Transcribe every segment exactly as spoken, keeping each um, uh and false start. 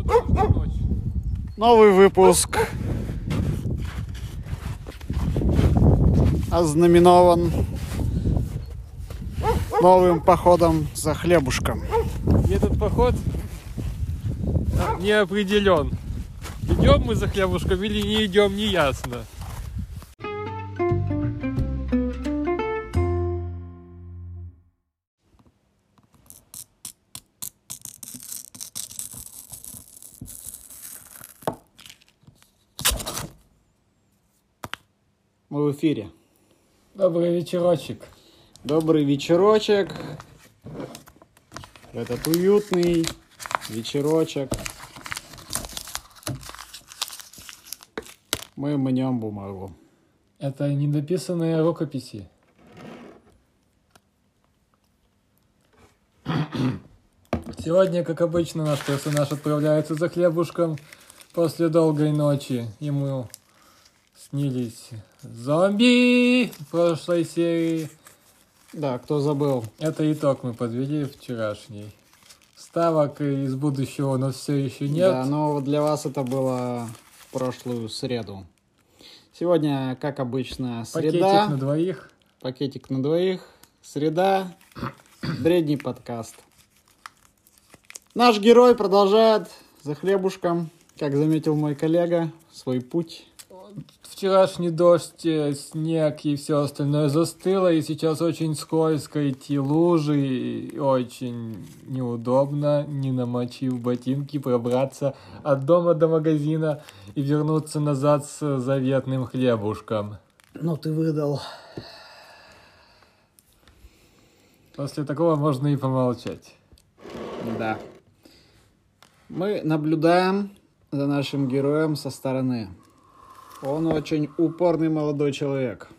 Новый выпуск ознаменован новым походом за хлебушком. Этот поход не определен. Идем мы за хлебушком или не идем, не ясно. Мы в эфире. Добрый вечерочек. Добрый вечерочек. Этот уютный вечерочек. Мы мнем бумагу. Это недописанные рукописи. Сегодня, как обычно, наш персонаж отправляется за хлебушком после долгой ночи. Ему снились зомби в прошлой серии. Да, кто забыл. Это итог мы подвели вчерашний. Ставок из будущего у нас все еще нет. Да, но для вас это было в прошлую среду. Сегодня, как обычно, среда. Пакетик на двоих. Пакетик на двоих. Среда. Бредний подкаст. Наш герой продолжает за хлебушком, как заметил мой коллега, свой путь. Вчерашний дождь, снег и все остальное застыло, и сейчас очень скользко идти лужи, и очень неудобно, не намочив ботинки, пробраться от дома до магазина и вернуться назад с заветным хлебушком. Ну ты выдал. После такого можно и помолчать. Да. Мы наблюдаем за нашим героем со стороны. Он очень упорный молодой человек.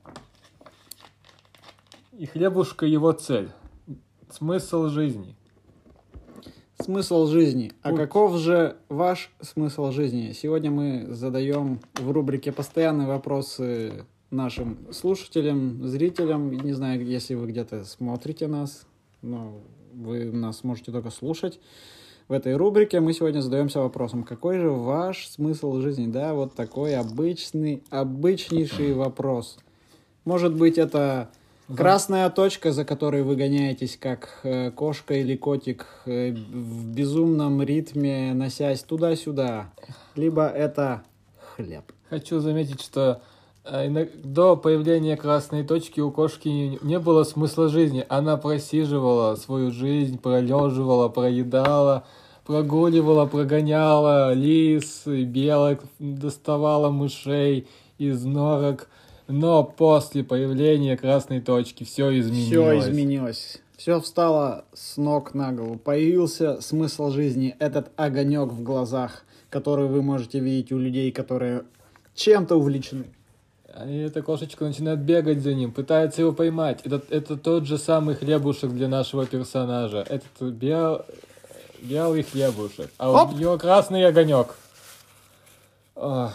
И хлебушка его цель. Смысл жизни. Смысл жизни. А Путь. каков же ваш смысл жизни? Сегодня мы задаем в рубрике постоянные вопросы нашим слушателям, зрителям. Не знаю, если вы где-то смотрите нас, но вы нас можете только слушать. В этой рубрике мы сегодня задаемся вопросом, какой же ваш смысл жизни? Да, вот такой обычный, обычнейший вопрос. Может быть, это Да. красная точка, за которой вы гоняетесь, как э, кошка или котик, э, в безумном ритме, носясь туда-сюда. Либо это хлеб. Хочу заметить, что э, иног- до появления красной точки у кошки не, не было смысла жизни. Она просиживала свою жизнь, пролеживала, проедала, прогуливала, прогоняла лис, белок, доставала мышей из норок. Но после появления красной точки все изменилось. Все изменилось. Все встало с ног на голову. Появился смысл жизни, этот огонек в глазах, который вы можете видеть у людей, которые чем-то увлечены. И эта кошечка начинает бегать за ним, пытается его поймать. Это, это тот же самый хлебушек для нашего персонажа. Этот бел... белый хлебушек. А Оп! у него красный огонек. Ох,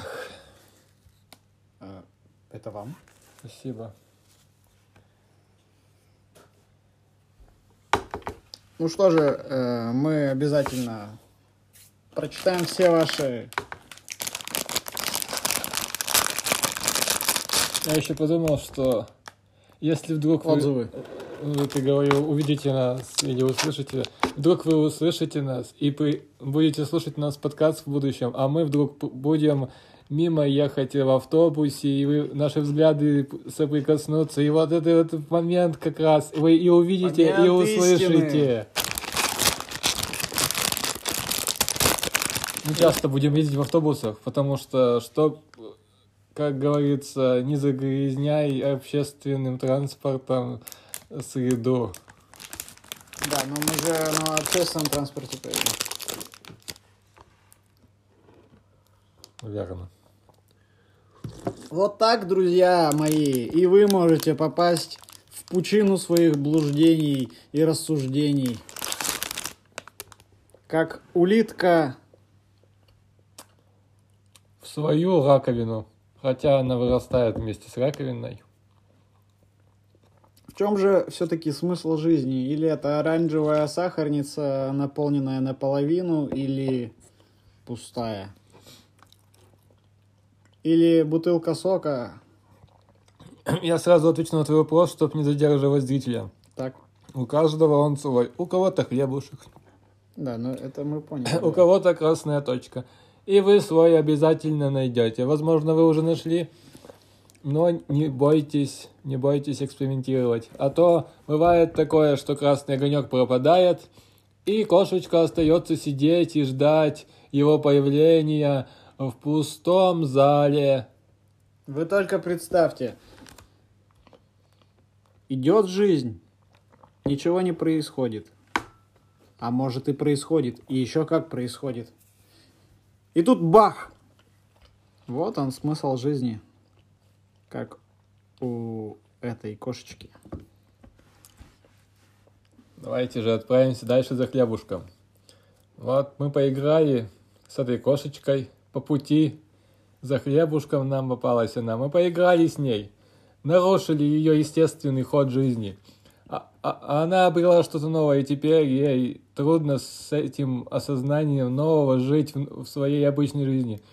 А, это вам? спасибо. Ну что же, э, мы обязательно прочитаем все ваши... Я еще подумал, что если вдруг вы, Отзывы. вы, ты говорил, увидите нас или услышите, вдруг вы услышите нас и при, будете слушать нас подкаст в будущем, а мы вдруг п- будем мимо ехать в автобусе, и вы, наши взгляды соприкоснутся, и вот этот вот момент как раз вы и увидите, Момент и услышите. истины. Мы часто будем ездить в автобусах, потому что, чтоб, как говорится, не загрязняй общественным транспортом среду. Да, но мы же на общественном транспорте поедем. Верно. Вот так, друзья мои, и вы можете попасть в пучину своих блуждений и рассуждений. Как улитка В свою раковину. Хотя она вырастает вместе с раковиной. В чем же все-таки смысл жизни? Или это оранжевая сахарница, наполненная наполовину, или пустая. Или бутылка сока. Я сразу отвечу на твой вопрос, чтобы не задерживать зрителя. Так. У каждого он свой. У кого-то хлебушек. Да, ну это мы поняли. У кого-то красная точка. И вы свой обязательно найдете. Возможно, вы уже нашли, но не бойтесь, не бойтесь экспериментировать. А то бывает такое, что красный огонек пропадает, и кошечка остается сидеть и ждать его появления в пустом зале. Вы только представьте. Идет жизнь, ничего не происходит. А может и происходит, и еще как происходит. И тут бах! Вот он смысл жизни, как у этой кошечки. Давайте же отправимся дальше за хлебушком. Вот мы поиграли с этой кошечкой по пути. За хлебушком нам попалась она. Мы поиграли с ней. Нарушили ее естественный ход жизни. А, а, а она обрела что-то новое, и теперь ей трудно с этим осознанием нового жить в, в своей обычной жизни.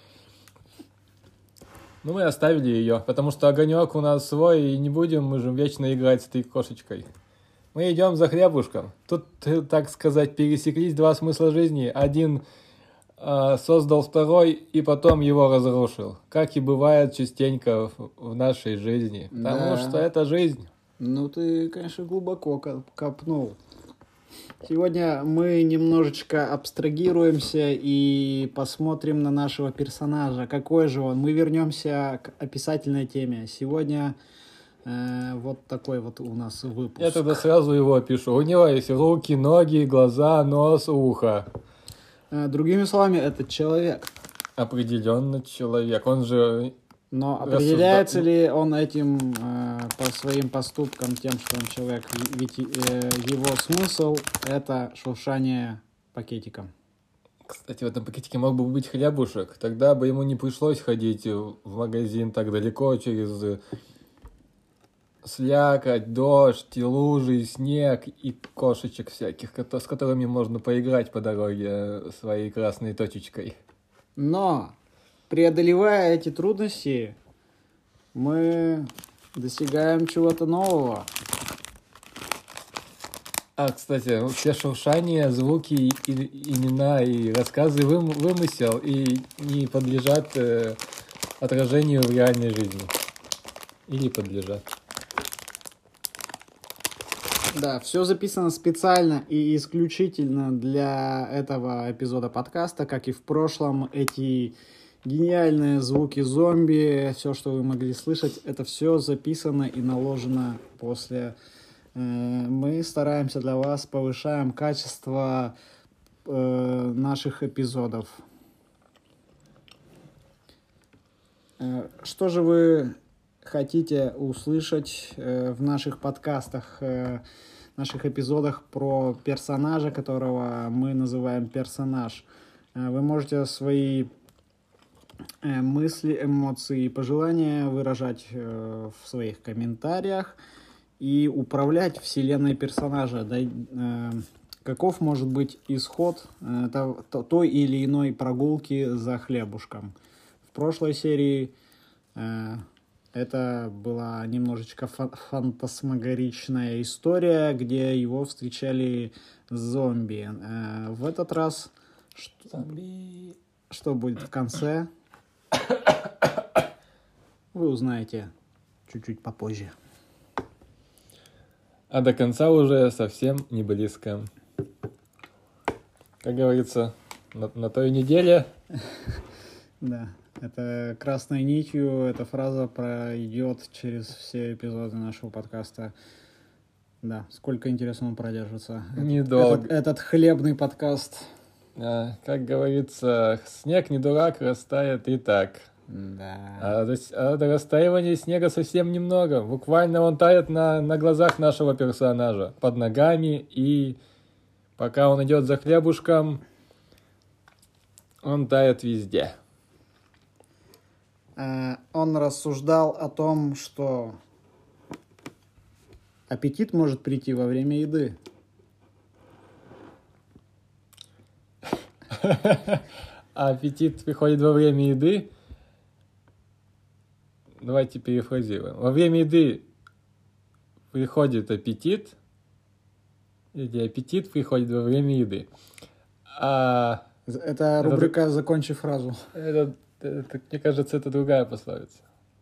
Ну, мы оставили ее, потому что огонек у нас свой, и не будем мы же вечно играть с этой кошечкой. Мы идем за хлебушком. Тут, так сказать, пересеклись два смысла жизни. Один э, создал второй, и потом его разрушил. Как и бывает частенько в, в нашей жизни. Потому Да. что это жизнь. Ну, ты, конечно, глубоко копнул. Сегодня мы немножечко абстрагируемся и посмотрим на нашего персонажа. Какой же он? Мы вернемся к описательной теме. Сегодня э, вот такой вот у нас выпуск. Я тогда сразу его опишу. У него есть руки, ноги, глаза, нос, ухо. Э, другими словами, это человек. Определенно человек. Он же... Но определяется ли он этим э, по своим поступкам, тем, что он человек? Ведь э, его смысл — это шуршание пакетиком. Кстати, в этом пакетике мог бы быть хлебушек. Тогда бы ему не пришлось ходить в магазин так далеко через слякоть, дождь, и лужи, и снег, и кошечек всяких, с которыми можно поиграть по дороге своей красной точечкой. Но, преодолевая эти трудности, мы достигаем чего-то нового. А, кстати, все шуршания, звуки, и, и, имена и рассказы вым, вымысел и не подлежат э, отражению в реальной жизни. Или подлежат. Да, все записано специально и исключительно для этого эпизода подкаста, как и в прошлом. Эти гениальные звуки зомби, все, что вы могли слышать, это все записано и наложено после. Мы стараемся для вас, повышаем качество э, наших эпизодов. Э, что же вы хотите услышать э, в наших подкастах, э, наших эпизодах про персонажа, которого мы называем персонаж? Э, вы можете свои э, мысли, эмоции и пожелания выражать э, в своих комментариях и управлять вселенной персонажа. Да, э, каков может быть исход э, то, то, той или иной прогулки за хлебушком? В прошлой серии э, это была немножечко фа- фантасмагоричная история, где его встречали зомби. Э, в этот раз что, Зомби. что будет в конце, вы узнаете чуть-чуть попозже. А до конца уже совсем не близко. Как говорится, на, на той неделе... Да, это красной нитью, эта фраза пройдет через все эпизоды нашего подкаста. Да, сколько, интересно, он продержится. Недолго. Этот, этот хлебный подкаст. А, как говорится, снег не дурак, растает и так. Да. А до, а до растаивания снега совсем немного. Буквально он тает на, на глазах нашего персонажа, под ногами, и пока он идет за хлебушком, он тает везде. А, он рассуждал о том, что аппетит может прийти во время еды. а аппетит приходит во время еды. Давайте перефразируем. Во время еды приходит аппетит, или аппетит приходит во время еды. А Это рубрика это, «Закончи фразу». Это, это, мне кажется, это другая пословица.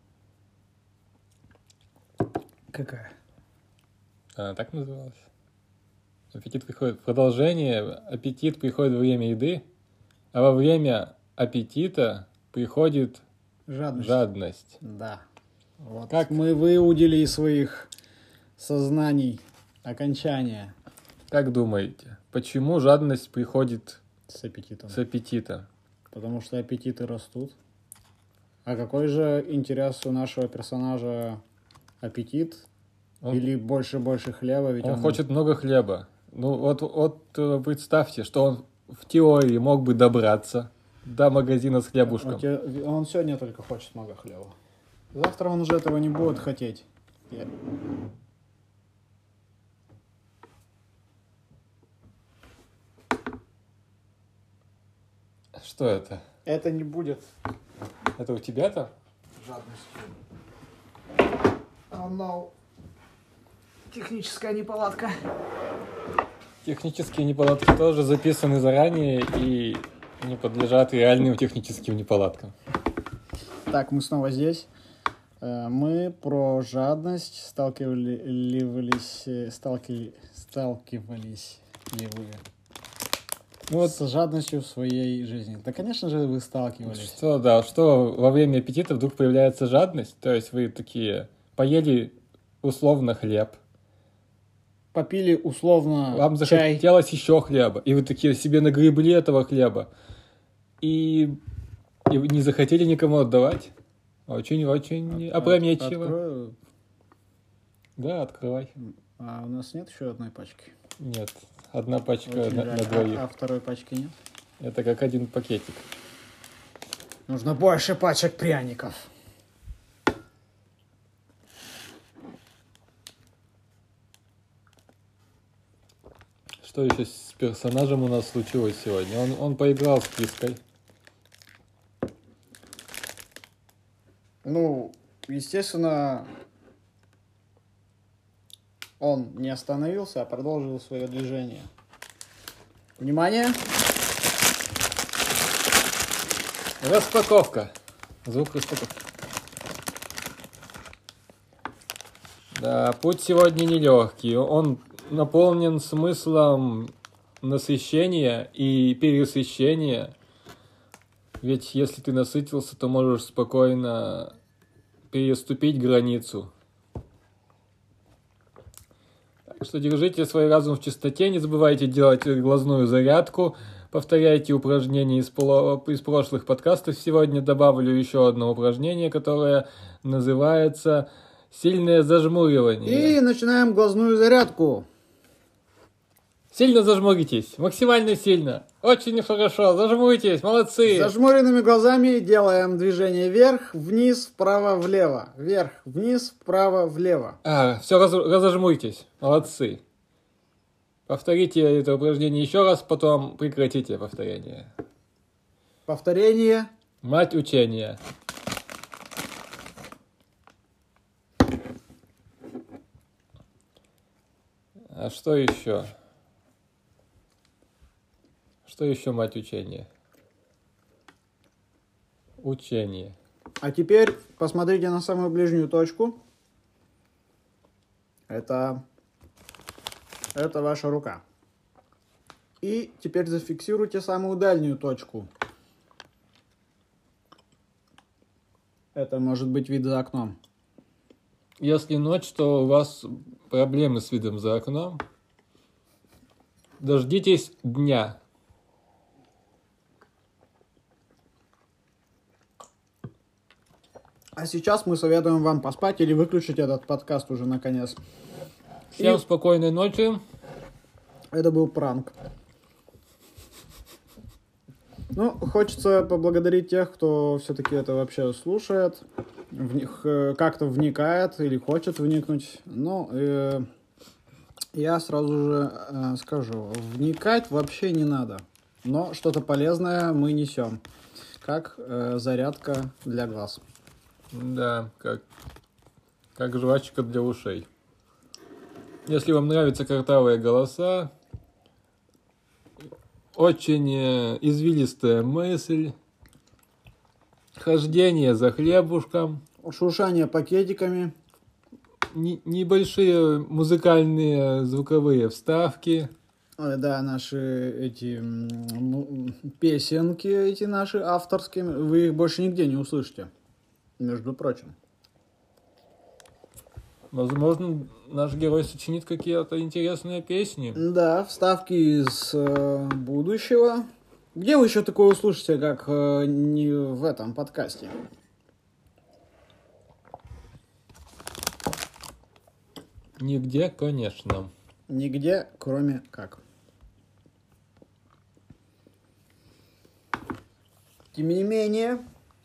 Какая? Она так называлась. Аппетит приходит... Продолжение. Аппетит приходит во время еды, а во время аппетита приходит жадность. жадность. Да. Вот. Как мы выудили из своих сознаний окончания. Как думаете, почему жадность приходит с аппетитом? С аппетитом. Потому что аппетиты растут. А какой же интерес у нашего персонажа аппетит? Он... Или больше-больше хлеба? Ведь он, он хочет много хлеба. Ну вот, вот представьте, что он в теории мог бы добраться до магазина с хлебушком. Он, он сегодня только хочет много хлеба. Завтра он уже этого не будет хотеть. Я... Что это? Это не будет. Это у тебя-то? Жадностью. Oh no. Техническая неполадка. Технические неполадки тоже записаны заранее и не подлежат реальным техническим неполадкам. Так, мы снова здесь. Мы про жадность сталкивались, сталкивались, сталкивались ли вы ну, вот с жадностью в своей жизни? Да, конечно же, вы сталкивались. Что, да, что во время аппетита вдруг появляется жадность? То есть вы такие поели условно хлеб, попили условно вам чай. Захотелось еще хлеба, и вы такие себе нагребли этого хлеба, и, и не захотели никому отдавать. Очень-очень От, опрометчиво. Открою. Да, открывай. А у нас нет еще одной пачки? Нет, одна пачка на, на а, двоих. А второй пачки нет? Это как один пакетик. Нужно больше пачек пряников. Что еще с персонажем у нас случилось сегодня? Он, он поиграл с киской. Ну, естественно, он не остановился, а продолжил свое движение. Внимание! Распаковка. Звук распаковки. Да, путь сегодня нелегкий. Он наполнен смыслом насыщения и пересыщения. Ведь если ты насытился, то можешь спокойно переступить границу. Так что держите свой разум в чистоте, не забывайте делать глазную зарядку, повторяйте упражнения из, поло... из прошлых подкастов. Сегодня добавлю еще одно упражнение, которое называется «Сильное зажмуривание». И начинаем глазную зарядку. Сильно зажмуритесь, максимально сильно. Очень хорошо, зажмуритесь, молодцы. С зажмуренными глазами делаем движение вверх, вниз, вправо, влево. Вверх, вниз, вправо, влево. А, все, раз, разожмуритесь, молодцы. Повторите это упражнение еще раз, потом прекратите повторение. Повторение. Мать учения. А что еще? Что еще мать учения? Учение. А теперь посмотрите на самую ближнюю точку. Это, это ваша рука. И теперь зафиксируйте самую дальнюю точку. Это может быть вид за окном. Если ночь, то у вас проблемы с видом за окном. Дождитесь дня. А сейчас мы советуем вам поспать или выключить этот подкаст уже наконец. Всем И... спокойной ночи. Это был пранк. Ну, хочется поблагодарить тех, кто все-таки это вообще слушает, в них как-то вникает или хочет вникнуть. Ну, э, я сразу же э, скажу, вникать вообще не надо. Но что-то полезное мы несем, как э, зарядка для глаз. Да, как, как жвачка для ушей. Если вам нравятся картавые голоса, очень э, извилистая мысль, хождение за хлебушком, Шуршание пакетиками. не- небольшие музыкальные звуковые вставки. Ой, да, наши эти м, ну, песенки, эти наши авторские, вы их больше нигде не услышите, между прочим. Возможно, наш герой сочинит какие-то интересные песни. Да, вставки из э, будущего. Где вы еще такое услышите, как э, не в этом подкасте? Нигде, конечно. Нигде, кроме как. Тем не менее,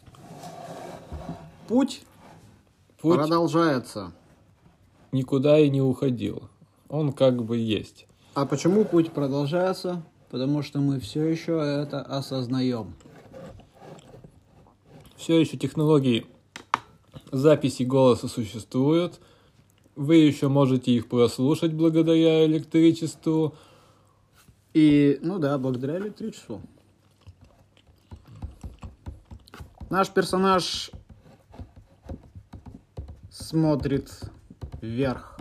путь, Путь продолжается. никуда и не уходил. Он как бы есть. А почему путь продолжается? Потому что мы все еще это осознаем. Все еще технологии записи голоса существуют. Вы еще можете их прослушать благодаря электричеству. И, ну да, благодаря электричеству. Наш персонаж смотрит вверх.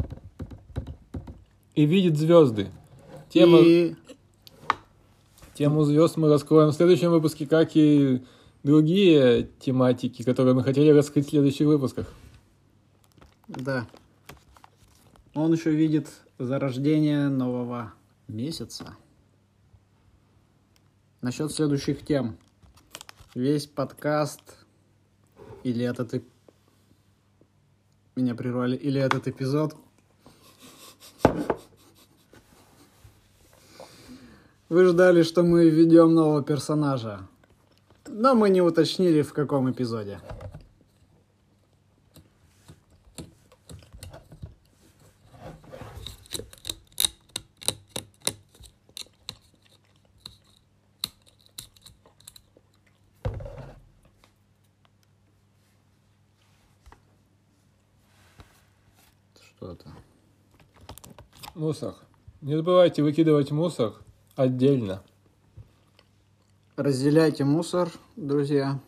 И видит звезды. Тема, И Тему звезд мы раскроем в следующем выпуске, как и другие тематики, которые мы хотели раскрыть в следующих выпусках. да, он еще видит зарождение нового месяца. Насчет следующих тем. Весь подкаст или этот эп- меня прервали, или этот эпизод вы ждали, что мы введем нового персонажа, но мы не уточнили, в каком эпизоде. Что это? Мусор. Не забывайте выкидывать мусор отдельно. Разделяйте мусор, друзья.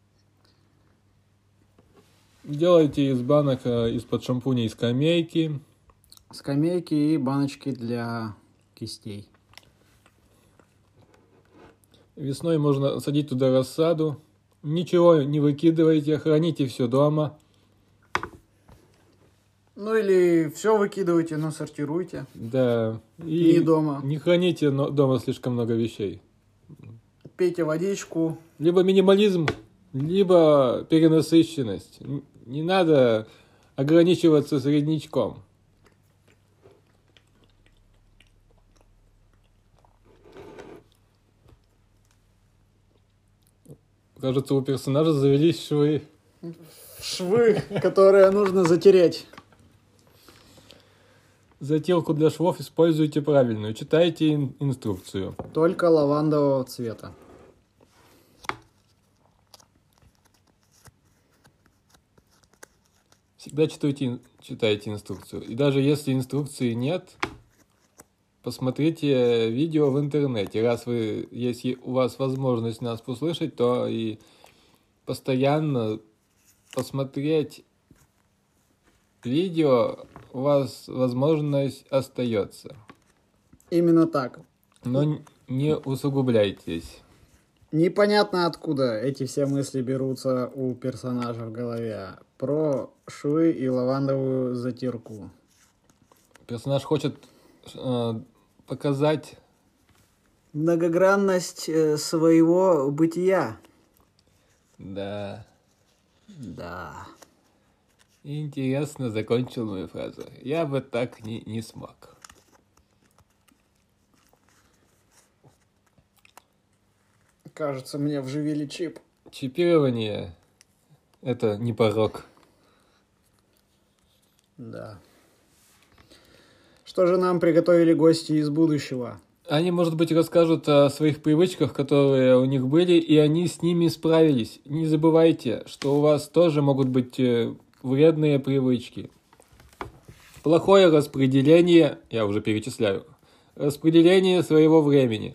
Делайте из банок, э, из-под шампуней скамейки. Скамейки и баночки для кистей. Весной можно садить туда рассаду. Ничего не выкидывайте, храните все дома. Ну или все выкидывайте, но сортируйте. Да. И Не дома. не храните но- дома слишком много вещей. Пейте водичку. Либо минимализм, либо перенасыщенность. Н- Не надо ограничиваться среднячком. Кажется, у персонажа завелись швы. Швы, которые нужно затереть. Затирку для швов используйте правильную. Читайте ин- инструкцию. Только лавандового цвета. Всегда читайте, ин- читайте инструкцию. И даже если инструкции нет, посмотрите видео в интернете. Раз вы, если у вас возможность нас послушать, то и постоянно посмотреть видео у вас возможность остается. Именно так. Но н- не усугубляйтесь. Непонятно, откуда эти все мысли берутся у персонажа в голове. Про швы и лавандовую затирку. Персонаж хочет э, показать Многогранность э, своего бытия. Да. Да. Интересно закончил мою фразу. Я бы так не, не смог. Кажется, мне вживили чип. Чипирование — это не порог. Да. Что же нам приготовили гости из будущего? Они, может быть, расскажут о своих привычках, которые у них были, и они с ними справились. Не забывайте, что у вас тоже могут быть э, вредные привычки. Плохое распределение, я уже перечисляю, распределение своего времени.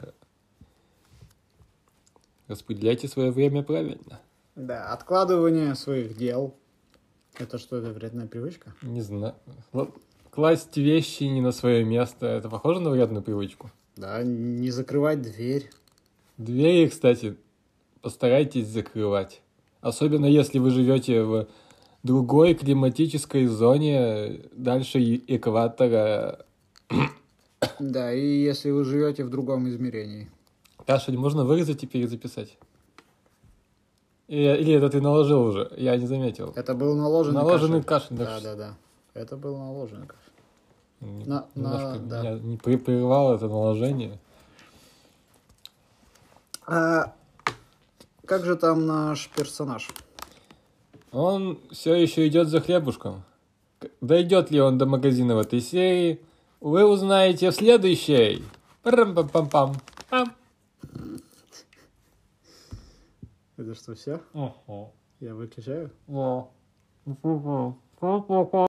Распределяйте свое время правильно. Да, откладывание своих дел. Это что, это вредная привычка? Не знаю. Л- Класть вещи не на свое место. Это похоже на вредную привычку? Да, не закрывать дверь. Двери, кстати, постарайтесь закрывать. Особенно если вы живете в другой климатической зоне, дальше и- экватора. Да, и если вы живете в другом измерении. Кашель можно вырезать и перезаписать? Или, или это ты наложил уже? Я не заметил. Это был наложенный, Наложенный кашель. кашель. Да, так да, да. Это был наложенный кашель. Не- На- Немножко на- да. меня не при- прервало это наложение. А как же там наш персонаж? Он все еще идет за хлебушком. К- Дойдет ли он до магазина в этой серии, вы узнаете в следующей. Парам-пам-пам-пам. Пам. Это что, все? Ага. Я выключаю? Да.